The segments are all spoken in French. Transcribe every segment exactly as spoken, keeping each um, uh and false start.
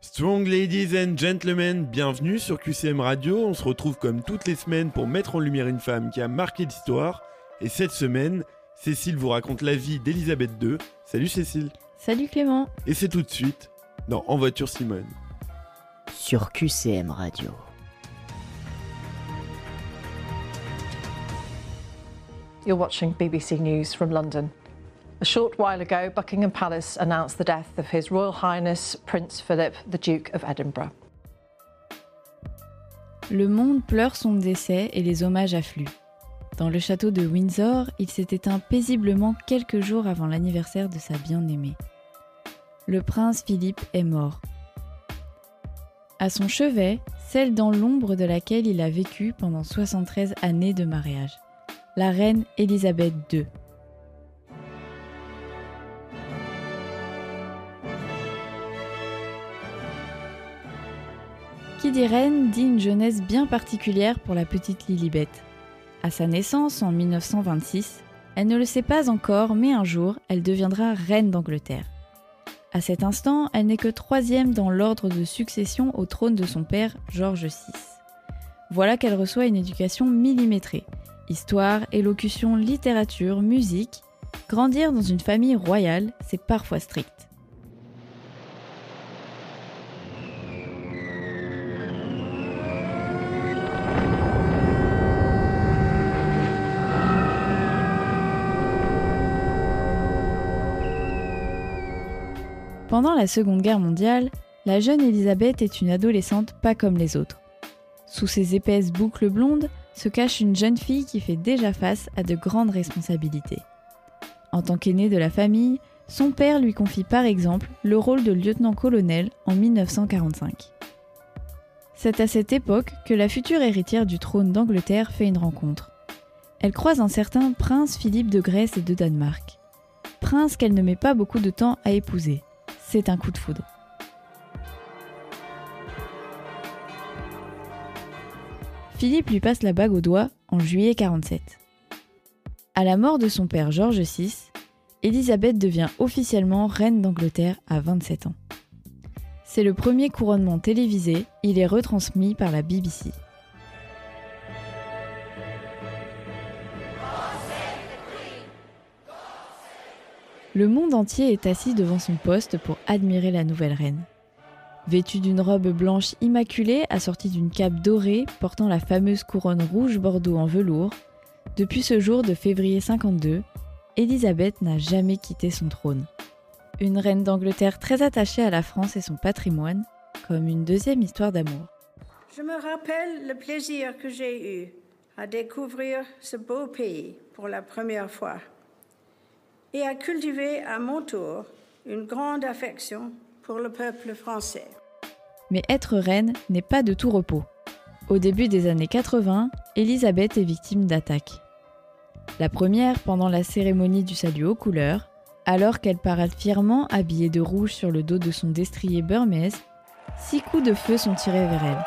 Strong ladies and gentlemen, bienvenue sur Q C M Radio. On se retrouve comme toutes les semaines pour mettre en lumière une femme qui a marqué l'histoire. Et cette semaine, Cécile vous raconte la vie d'Elisabeth deux. Salut Cécile. Salut Clément. Et c'est tout de suite dans En voiture Simone. Sur Q C M Radio. You're watching B B C News from London. A short while ago, Buckingham Palace announced the death of His Royal Highness Prince Philip, the Duke of Edinburgh. Le monde pleure son décès et les hommages affluent. Dans le château de Windsor, il s'est éteint paisiblement quelques jours avant l'anniversaire de sa bien-aimée. Le prince Philippe est mort. À son chevet, celle dans l'ombre de laquelle il a vécu pendant soixante-treize années de mariage, la reine Elisabeth deux. Qui dit reine dit une jeunesse bien particulière pour la petite Lilibet. À sa naissance en mille neuf cent vingt-six, elle ne le sait pas encore, mais un jour, elle deviendra reine d'Angleterre. À cet instant, elle n'est que troisième dans l'ordre de succession au trône de son père, George six. Voilà qu'elle reçoit une éducation millimétrée. Histoire, élocution, littérature, musique. Grandir dans une famille royale, c'est parfois strict. Pendant la Seconde Guerre mondiale, la jeune Elisabeth est une adolescente pas comme les autres. Sous ses épaisses boucles blondes se cache une jeune fille qui fait déjà face à de grandes responsabilités. En tant qu'aînée de la famille, son père lui confie par exemple le rôle de lieutenant-colonel en mille neuf cent quarante-cinq. C'est à cette époque que la future héritière du trône d'Angleterre fait une rencontre. Elle croise un certain prince Philippe de Grèce et de Danemark. Prince qu'elle ne met pas beaucoup de temps à épouser. C'est un coup de foudre. Philippe lui passe la bague au doigt en juillet quarante-sept. À la mort de son père George six, Elisabeth devient officiellement reine d'Angleterre à vingt-sept ans. C'est le premier couronnement télévisé, il est retransmis par la B B C. Le monde entier est assis devant son poste pour admirer la nouvelle reine. Vêtue d'une robe blanche immaculée assortie d'une cape dorée portant la fameuse couronne rouge bordeaux en velours, depuis ce jour de février cinquante-deux, Elisabeth n'a jamais quitté son trône. Une reine d'Angleterre très attachée à la France et son patrimoine, comme une deuxième histoire d'amour. Je me rappelle le plaisir que j'ai eu à découvrir ce beau pays pour la première fois et à cultiver à mon tour une grande affection pour le peuple français. Mais être reine n'est pas de tout repos. Au début des années quatre-vingts, Elisabeth est victime d'attaques. La première pendant la cérémonie du salut aux couleurs, alors qu'elle parade fièrement habillée de rouge sur le dos de son destrier Burmese, six coups de feu sont tirés vers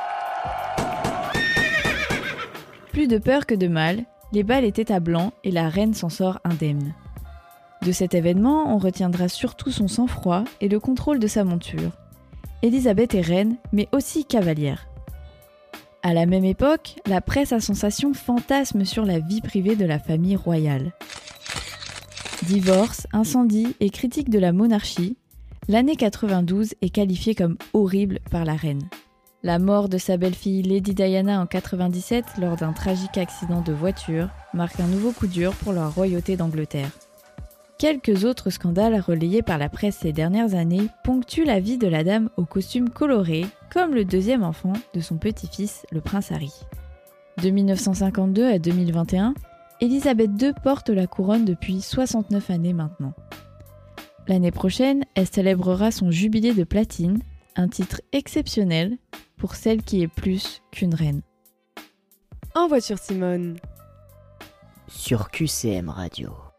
elle. Plus de peur que de mal, les balles étaient à blanc et la reine s'en sort indemne. De cet événement, on retiendra surtout son sang-froid et le contrôle de sa monture. Elisabeth est reine, mais aussi cavalière. À la même époque, la presse à sensation fantasme sur la vie privée de la famille royale. Divorce, incendie et critique de la monarchie, l'année quatre-vingt-douze est qualifiée comme horrible par la reine. La mort de sa belle-fille Lady Diana en quatre-vingt-dix-sept lors d'un tragique accident de voiture marque un nouveau coup dur pour la royauté d'Angleterre. Quelques autres scandales relayés par la presse ces dernières années ponctuent la vie de la dame au costume coloré, comme le deuxième enfant de son petit-fils, le prince Harry. De mille neuf cent cinquante-deux à deux mille vingt et un, Elisabeth deux porte la couronne depuis soixante-neuf années maintenant. L'année prochaine, elle célébrera son jubilé de platine, un titre exceptionnel pour celle qui est plus qu'une reine. En voiture Simone. Sur Q C M Radio.